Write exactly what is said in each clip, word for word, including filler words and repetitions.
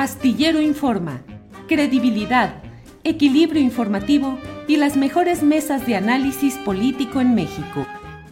Astillero Informa, credibilidad, equilibrio informativo y las mejores mesas de análisis político en México.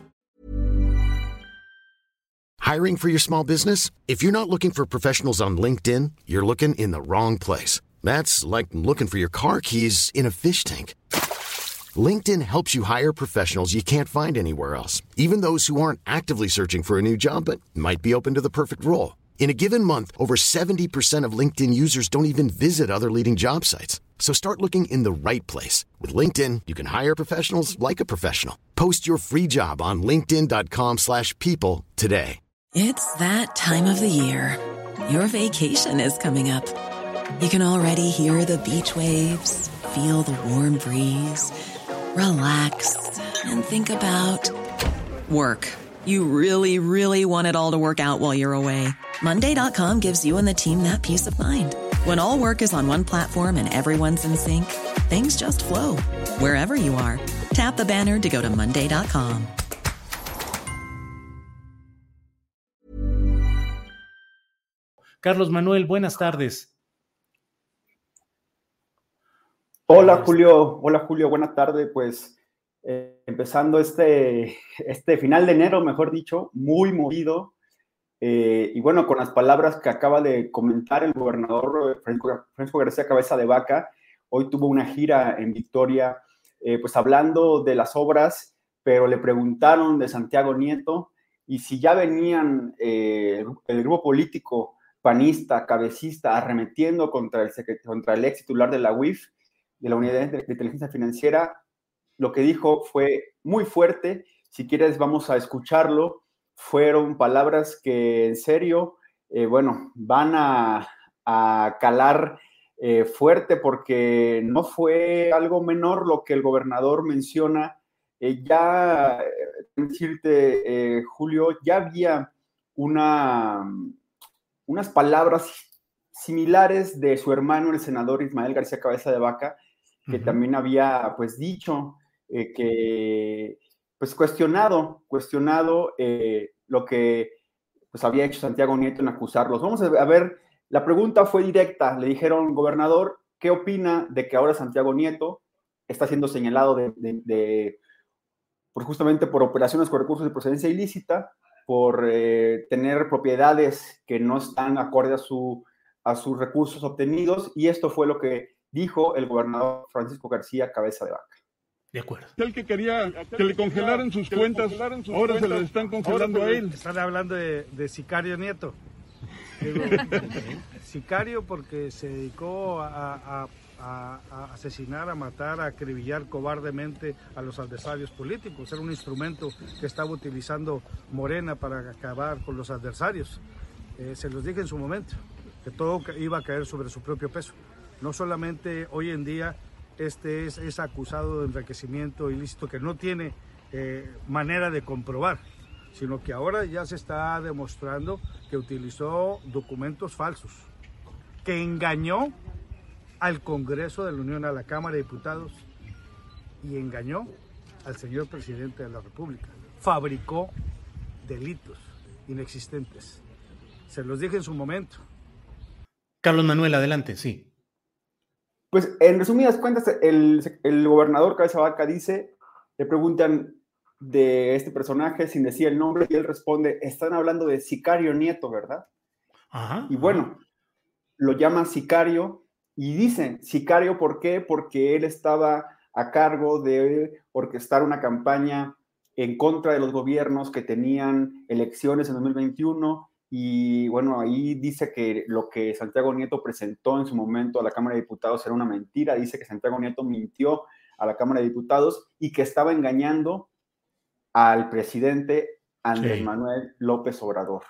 Hiring for your small business? If you're not looking for professionals on LinkedIn, you're looking in the wrong place. That's like looking for your car keys in a fish tank. LinkedIn helps you hire professionals you can't find anywhere else, even those who aren't actively searching for a new job but might be open to the perfect role. In a given month, over seventy percent of LinkedIn users don't even visit other leading job sites. So start looking in the right place. With LinkedIn, you can hire professionals like a professional. Post your free job on linkedin.com slash people today. It's that time of the year. Your vacation is coming up. You can already hear the beach waves, feel the warm breeze, relax, and think about work. You really, really want it all to work out while you're away. Monday dot com gives you and the team that peace of mind. When all work is on one platform and everyone's in sync, things just flow. Wherever you are, tap the banner to go to monday dot com. Carlos Manuel, buenas tardes. Hola Julio, hola Julio, buenas tardes. Pues eh, empezando este, este final de enero, mejor dicho, muy movido. Eh, y bueno, con las palabras que acaba de comentar el gobernador Francisco, Francisco García Cabeza de Vaca, hoy tuvo una gira en Victoria, eh, pues hablando de las obras, pero le preguntaron de Santiago Nieto y si ya venían eh, el grupo político panista, cabecista, arremetiendo contra el, contra el ex titular de la U I F, de la Unidad de Inteligencia Financiera. Lo que dijo fue muy fuerte. Si quieres, vamos a escucharlo. Fueron palabras que, en serio, eh, bueno, van a, a calar eh, fuerte porque no fue algo menor lo que el gobernador menciona. Eh, ya, eh, decirte, eh, Julio, ya había una, unas palabras similares de su hermano, el senador Ismael García Cabeza de Vaca, que uh-huh. también había, pues, dicho eh, que, pues, cuestionado, cuestionado eh, lo que, pues, había hecho Santiago Nieto en acusarlos. Vamos a ver, la pregunta fue directa. Le dijeron, gobernador, ¿qué opina de que ahora Santiago Nieto está siendo señalado de, de, de por justamente por operaciones con recursos de procedencia ilícita, por eh, tener propiedades que no están acorde a, su, a sus recursos obtenidos? Y esto fue lo que dijo el gobernador Francisco García Cabeza de Vaca. De acuerdo. El que quería que le congelaran sus cuentas, ahora se les están congelando a él. Están hablando de, de Sicario Nieto. Digo, sicario porque se dedicó a, a, a, a asesinar, a matar, a acribillar cobardemente a los adversarios políticos. Era un instrumento que estaba utilizando Morena para acabar con los adversarios. Eh, se los dije en su momento, que todo iba a caer sobre su propio peso. No solamente hoy en día este es, es acusado de enriquecimiento ilícito que no tiene eh, manera de comprobar, sino que ahora ya se está demostrando que utilizó documentos falsos, que engañó al Congreso de la Unión, a la Cámara de Diputados, y engañó al señor presidente de la República. Fabricó delitos inexistentes. Se los dije en su momento. Carlos Manuel, adelante, sí. Pues, en resumidas cuentas, el, el gobernador Cabeza de Vaca dice, le preguntan de este personaje sin decir el nombre, y él responde, están hablando de Sicario Nieto, ¿verdad? Ajá. Y bueno, lo llama sicario, y dicen, sicario, ¿por qué? Porque él estaba a cargo de orquestar una campaña en contra de los gobiernos que tenían elecciones en dos mil veintiuno, y bueno, ahí dice que lo que Santiago Nieto presentó en su momento a la Cámara de Diputados era una mentira. Dice que Santiago Nieto mintió a la Cámara de Diputados y que estaba engañando al presidente Andrés sí. Manuel López Obrador.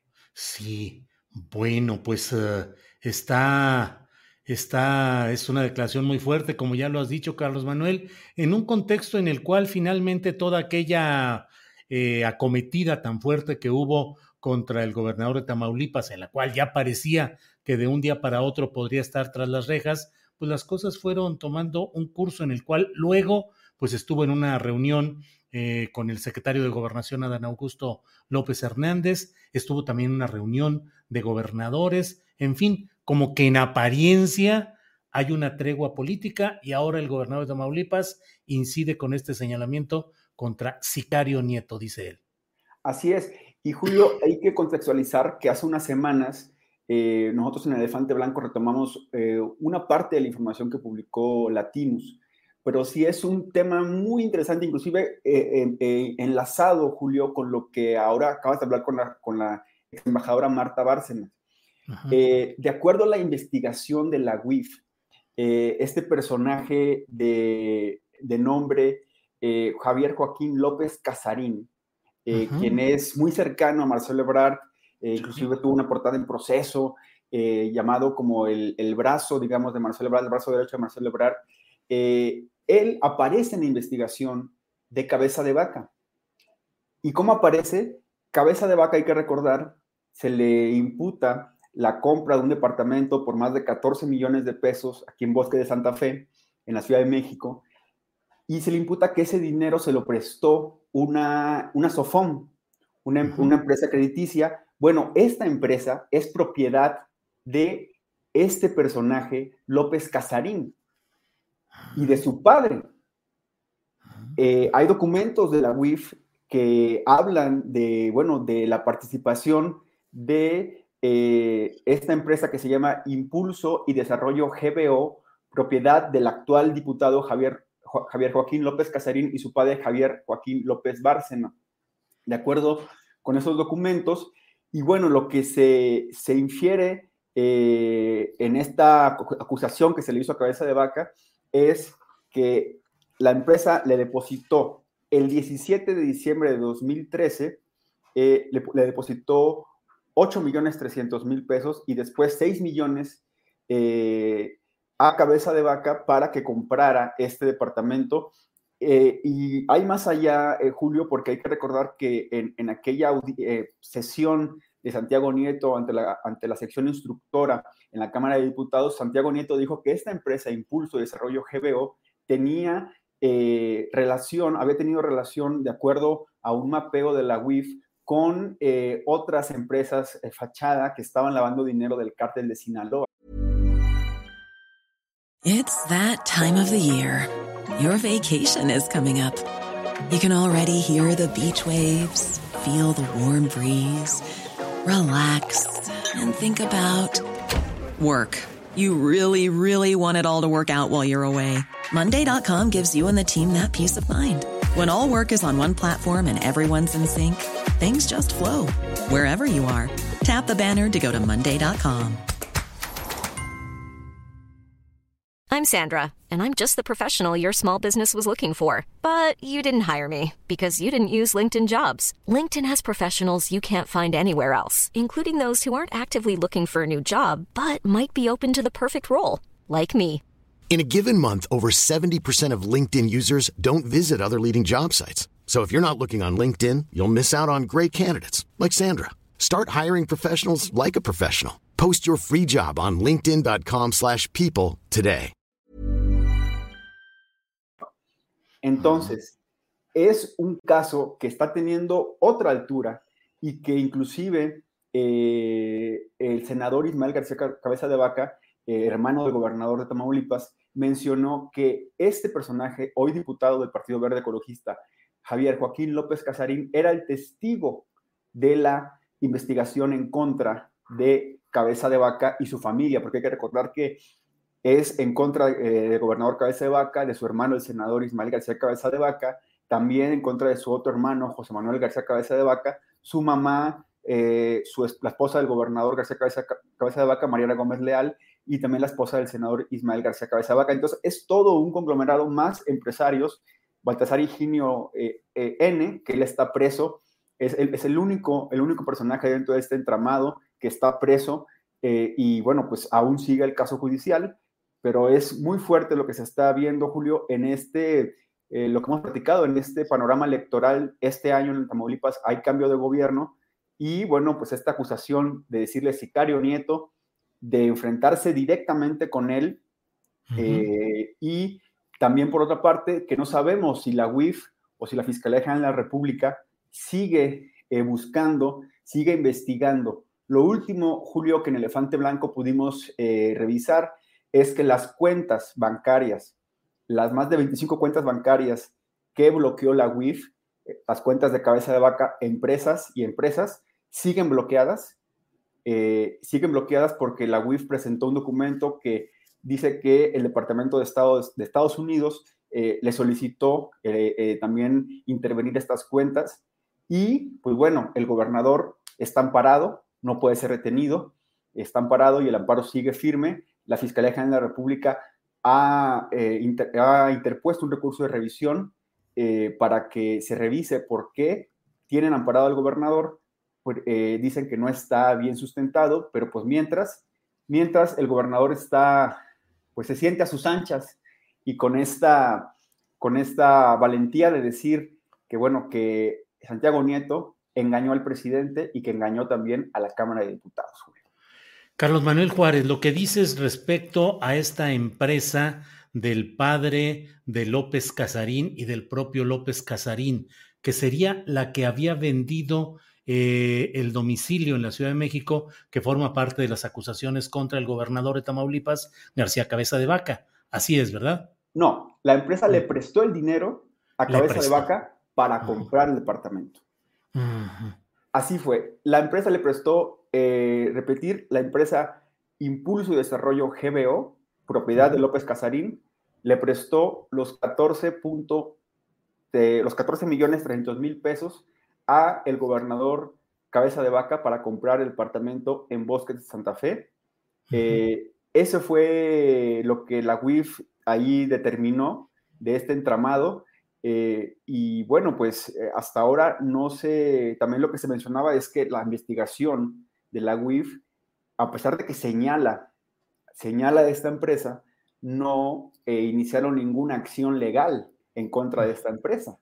Sí, bueno, pues uh, está, está, es una declaración muy fuerte, como ya lo has dicho, Carlos Manuel, en un contexto en el cual finalmente toda aquella eh, acometida tan fuerte que hubo contra el gobernador de Tamaulipas, en la cual ya parecía que de un día para otro podría estar tras las rejas, pues las cosas fueron tomando un curso en el cual luego pues estuvo en una reunión eh, con el secretario de Gobernación, Adán Augusto López Hernández, estuvo también en una reunión de gobernadores, en fin, como que en apariencia hay una tregua política y ahora el gobernador de Tamaulipas incide con este señalamiento contra Sicario Nieto, dice él. Así es. Y Julio, hay que contextualizar que hace unas semanas eh, nosotros en Elefante Blanco retomamos eh, una parte de la información que publicó Latinus, pero sí es un tema muy interesante, inclusive eh, eh, enlazado, Julio, con lo que ahora acabas de hablar con la, con la embajadora Marta Bárcenas. Eh, de acuerdo a la investigación de la U I F, eh, este personaje de, de nombre eh, Javier Joaquín López Casarín, eh, uh-huh. quien es muy cercano a Marcelo Ebrard, eh, inclusive tuvo una portada en Proceso, eh, llamado como el, el brazo, digamos, de Marcelo Ebrard, el brazo derecho de Marcelo Ebrard. Eh, él aparece en la investigación de Cabeza de Vaca. ¿Y cómo aparece? Cabeza de Vaca, hay que recordar, se le imputa la compra de un departamento por más de catorce millones de pesos aquí en Bosque de Santa Fe, en la Ciudad de México, y se le imputa que ese dinero se lo prestó una, una Sofom, una, uh-huh. una empresa crediticia. Bueno, esta empresa es propiedad de este personaje, López Casarín, y de su padre. Eh, hay documentos de la U I F que hablan de, bueno, de la participación de eh, esta empresa que se llama Impulso y Desarrollo G B O, propiedad del actual diputado Javier, jo, Javier Joaquín López Casarín y su padre Javier Joaquín López Bárcena. De acuerdo con esos documentos, y bueno, lo que se, se infiere eh, en esta acusación que se le hizo a Cabeza de Vaca es que la empresa le depositó el diecisiete de diciembre de dos mil trece, eh, le, le depositó ocho millones trescientos mil pesos y después seis millones eh, a Cabeza de Vaca para que comprara este departamento. Eh, y hay más allá, eh, Julio, porque hay que recordar que en, en aquella eh, sesión de Santiago Nieto ante la, ante la sección instructora en la Cámara de Diputados, Santiago Nieto dijo que esta empresa, Impulso de Desarrollo G B O, tenía eh, relación, había tenido relación, de acuerdo a un mapeo de la U I F, con eh, otras empresas eh, fachada que estaban lavando dinero del cártel de Sinaloa. It's that time of the year. Your vacation is coming up. You can already hear the beach waves, feel the warm breeze, relax, and think about work. You really, really want it all to work out while you're away. Monday dot com gives you and the team that peace of mind. When all work is on one platform and everyone's in sync, things just flow. Wherever you are, tap the banner to go to Monday dot com. I'm Sandra, and I'm just the professional your small business was looking for. But you didn't hire me because you didn't use LinkedIn Jobs. LinkedIn has professionals you can't find anywhere else, including those who aren't actively looking for a new job, but might be open to the perfect role, like me. In a given month, over seventy percent of LinkedIn users don't visit other leading job sites. So if you're not looking on LinkedIn, you'll miss out on great candidates like Sandra. Start hiring professionals like a professional. Post your free job on linkedin dot com slash people today. Entonces, es un caso que está teniendo otra altura y que inclusive eh, el senador Ismael García Cabeza de Vaca, eh, hermano del gobernador de Tamaulipas, mencionó que este personaje, hoy diputado del Partido Verde Ecologista, Javier Joaquín López Casarín, era el testigo de la investigación en contra de Cabeza de Vaca y su familia, porque hay que recordar que es en contra eh, del gobernador Cabeza de Vaca, de su hermano, el senador Ismael García Cabeza de Vaca, también en contra de su otro hermano, José Manuel García Cabeza de Vaca, su mamá, eh, su, la esposa del gobernador García Cabeza, Cabeza de Vaca, Mariana Gómez Leal, y también la esposa del senador Ismael García Cabeza de Vaca. Entonces, es todo un conglomerado más empresarios. Baltasar Higinio eh, eh, N., que él está preso, es el, es el, único, el único personaje dentro de este entramado que está preso, eh, y bueno, pues aún sigue el caso judicial. Pero es muy fuerte lo que se está viendo, Julio, en este, eh, lo que hemos platicado, en este panorama electoral. Este año en Tamaulipas hay cambio de gobierno y, bueno, pues esta acusación de decirle Sicario Nieto, de enfrentarse directamente con él, uh-huh. eh, y también, por otra parte, que no sabemos si la U I F o si la Fiscalía General de la República sigue eh, buscando, sigue investigando Lo último, Julio, que en Elefante Blanco pudimos eh, revisar es que las cuentas bancarias, las más de veinticinco cuentas bancarias que bloqueó la U I F, eh, las cuentas de cabeza de vaca, empresas y empresas, siguen bloqueadas. Eh, siguen bloqueadas porque la U I F presentó un documento que dice que el Departamento de Estado de Estados Unidos eh, le solicitó eh, eh, también intervenir estas cuentas y, pues bueno, el gobernador está amparado, no puede ser retenido, está amparado y el amparo sigue firme. La Fiscalía General de la República ha, eh, inter, ha interpuesto un recurso de revisión eh, para que se revise por qué tienen amparado al gobernador. Pues, eh, dicen que no está bien sustentado, pero pues mientras, mientras el gobernador está, pues se siente a sus anchas y con esta, con esta valentía de decir que, bueno, que Santiago Nieto engañó al presidente y que engañó también a la Cámara de Diputados. Julio. Carlos Manuel Juárez, lo que dices respecto a esta empresa del padre de López Casarín y del propio López Casarín, que sería la que había vendido eh, el domicilio en la Ciudad de México, que forma parte de las acusaciones contra el gobernador de Tamaulipas, García Cabeza de Vaca. Así es, ¿verdad? No, la empresa le prestó el dinero a Cabeza de Vaca para comprar uh-huh. el departamento. Uh-huh. Así fue. La empresa le prestó, eh, repetir, la empresa Impulso y Desarrollo G B O, propiedad uh-huh. de López Casarín, le prestó los catorce, punto, de, los catorce millones trescientos mil pesos a el gobernador Cabeza de Vaca para comprar el departamento en Bosques de Santa Fe. Uh-huh. Eh, eso fue lo que la U I F ahí determinó de este entramado. Eh, y bueno, pues eh, hasta ahora no sé, también lo que se mencionaba es que la investigación de la U I F, a pesar de que señala, señala de esta empresa, no eh, iniciaron ninguna acción legal en contra de esta empresa.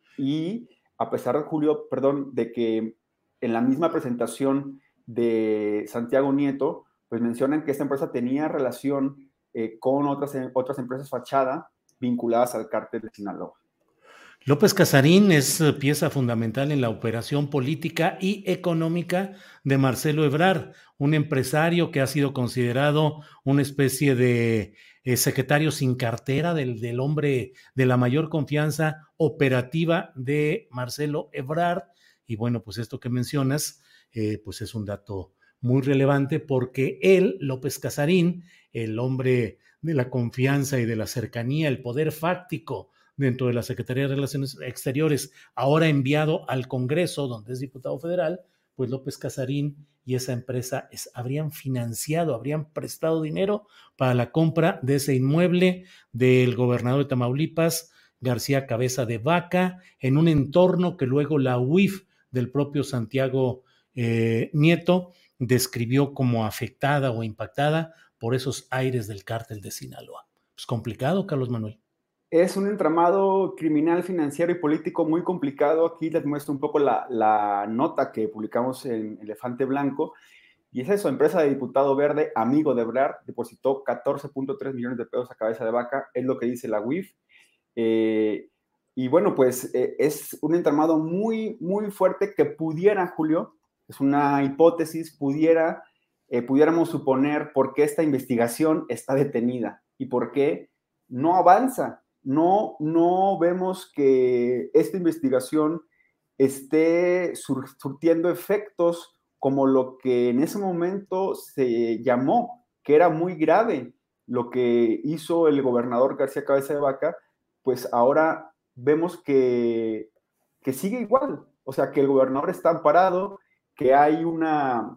Y a pesar de Julio, perdón, de que en la misma presentación de Santiago Nieto, pues mencionan que esta empresa tenía relación eh, con otras, otras empresas fachada vinculadas al cártel de Sinaloa. López Casarín es pieza fundamental en la operación política y económica de Marcelo Ebrard, un empresario que ha sido considerado una especie de eh, secretario sin cartera del, del hombre de la mayor confianza operativa de Marcelo Ebrard. Y bueno, pues esto que mencionas, eh, pues es un dato muy relevante porque él, López Casarín, el hombre de la confianza y de la cercanía, el poder fáctico dentro de la Secretaría de Relaciones Exteriores, ahora enviado al Congreso, donde es diputado federal, pues López Casarín y esa empresa es, habrían financiado, habrían prestado dinero para la compra de ese inmueble del gobernador de Tamaulipas, García Cabeza de Vaca, en un entorno que luego la U I F del propio Santiago eh, Nieto describió como afectada o impactada por esos aires del cártel de Sinaloa. Pues complicado, Carlos Manuel. Es un entramado criminal, financiero y político muy complicado. Aquí les muestro un poco la, la nota que publicamos en Elefante Blanco. Y es eso, empresa de diputado verde, amigo de Ebrard, depositó catorce punto tres millones de pesos a Cabeza de Vaca, es lo que dice la U I F. Eh, y bueno, pues eh, es un entramado muy, muy fuerte que pudiera, Julio, es una hipótesis, pudiera, eh, pudiéramos suponer por qué esta investigación está detenida y por qué no avanza. No, no vemos que esta investigación esté sur, surtiendo efectos como lo que en ese momento se llamó, que era muy grave lo que hizo el gobernador García Cabeza de Vaca, pues ahora vemos que, que sigue igual. O sea, que el gobernador está amparado, que hay una,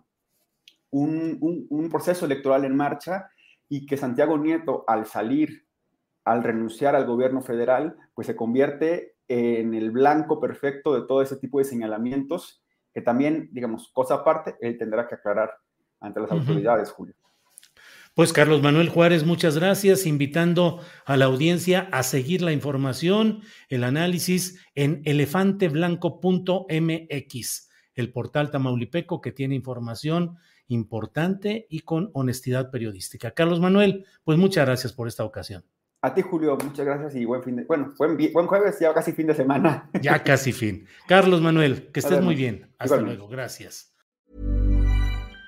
un, un, un proceso electoral en marcha y que Santiago Nieto, al salir, al renunciar al gobierno federal, pues se convierte en el blanco perfecto de todo ese tipo de señalamientos que también, digamos, cosa aparte, él tendrá que aclarar ante las uh-huh. autoridades, Julio. Pues Carlos Manuel Juárez, muchas gracias, invitando a la audiencia a seguir la información, el análisis en elefante blanco punto m x, el portal tamaulipeco que tiene información importante y con honestidad periodística. Carlos Manuel, pues muchas gracias por esta ocasión. A ti, Julio, muchas gracias y buen fin de, bueno, buen, buen jueves, ya casi fin de semana. Ya casi fin. Carlos Manuel, que estés muy bien. Hasta luego, gracias.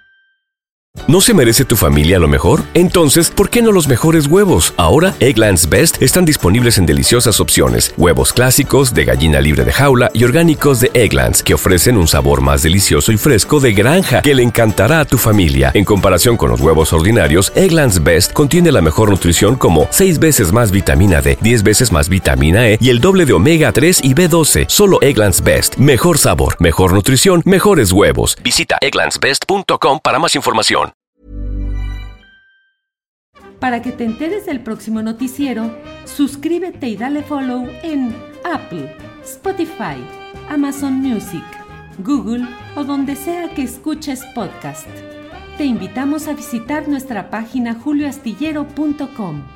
¿No se merece tu familia lo mejor? Entonces, ¿por qué no los mejores huevos? Ahora, Eggland's Best están disponibles en deliciosas opciones. Huevos clásicos, de gallina libre de jaula y orgánicos de Eggland's, que ofrecen un sabor más delicioso y fresco de granja que le encantará a tu familia. En comparación con los huevos ordinarios, Eggland's Best contiene la mejor nutrición como seis veces más vitamina D, diez veces más vitamina E y el doble de omega tres y B doce. Solo Eggland's Best. Mejor sabor, mejor nutrición, mejores huevos. Visita egglands best punto com para más información. Para que te enteres del próximo noticiero, suscríbete y dale follow en Apple, Spotify, Amazon Music, Google o donde sea que escuches podcast. Te invitamos a visitar nuestra página julio astillero punto com.